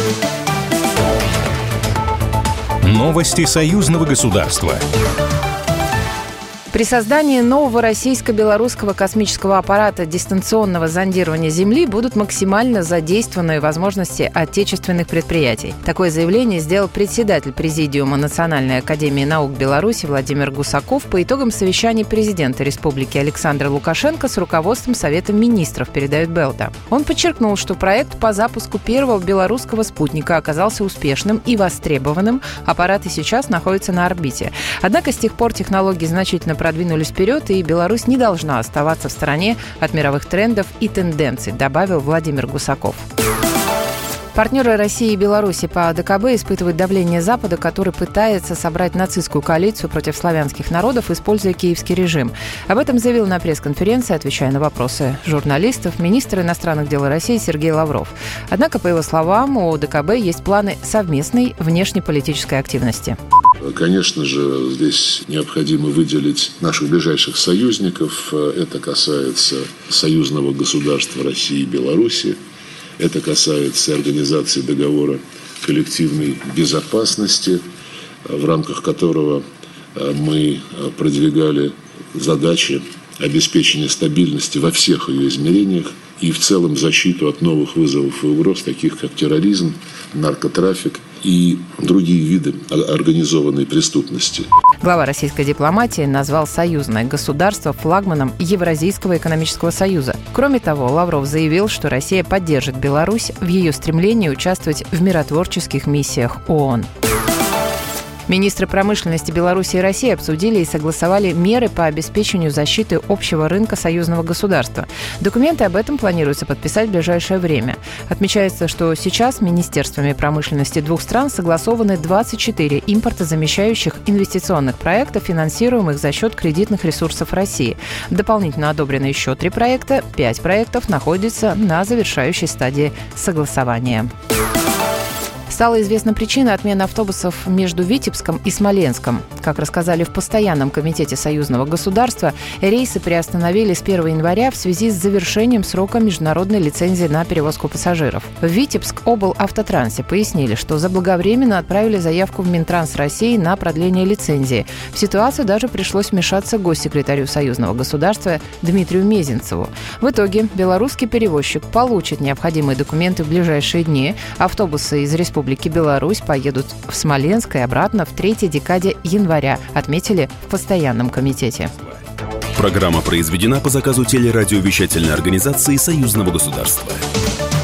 Новости союзного государства. При создании нового российско-белорусского космического аппарата дистанционного зондирования Земли будут максимально задействованы возможности отечественных предприятий. Такое заявление сделал председатель Президиума Национальной академии наук Беларуси Владимир Гусаков по итогам совещания президента Республики Александра Лукашенко с руководством Совета министров, передает Белта. Он подчеркнул, что проект по запуску первого белорусского спутника оказался успешным и востребованным. Аппарат и сейчас находится на орбите. Однако с тех пор технологии значительно продвинулись вперед, и Беларусь не должна оставаться в стороне от мировых трендов и тенденций, добавил Владимир Гусаков. Партнеры России и Беларуси по ДКБ испытывают давление Запада, который пытается собрать нацистскую коалицию против славянских народов, используя киевский режим. Об этом заявил на пресс-конференции, отвечая на вопросы журналистов, министр иностранных дел России Сергей Лавров. Однако, по его словам, у ДКБ есть планы совместной внешнеполитической активности. Конечно же, здесь необходимо выделить наших ближайших союзников. Это касается союзного государства России и Беларуси. Это касается организации договора коллективной безопасности, в рамках которого мы продвигали задачи обеспечения стабильности во всех ее измерениях и в целом защиту от новых вызовов и угроз, таких как терроризм, наркотрафик и другие виды организованной преступности. Глава российской дипломатии назвал союзное государство флагманом Евразийского экономического союза. Кроме того, Лавров заявил, что Россия поддержит Беларусь в ее стремлении участвовать в миротворческих миссиях ООН. Министры промышленности Беларуси и России обсудили и согласовали меры по обеспечению защиты общего рынка союзного государства. Документы об этом планируется подписать в ближайшее время. Отмечается, что сейчас министерствами промышленности двух стран согласованы 24 импортозамещающих инвестиционных проекта, финансируемых за счет кредитных ресурсов России. Дополнительно одобрены еще 3 проекта. 5 проектов находятся на завершающей стадии согласования. Стала известна причина отмены автобусов между Витебском и Смоленском. Как рассказали в Постоянном комитете союзного государства, рейсы приостановили с 1 января в связи с завершением срока международной лицензии на перевозку пассажиров. В Витебск облавтотрансе пояснили, что заблаговременно отправили заявку в Минтранс России на продление лицензии. В ситуацию даже пришлось вмешаться госсекретарю союзного государства Дмитрию Мезенцеву. В итоге белорусский перевозчик получит необходимые документы в ближайшие дни. Автобусы из Республики Беларусь поедут в Смоленск и обратно в 3-й декаде января, отметили в Постоянном комитете. Программа произведена по заказу телерадиовещательной организации Союзного государства.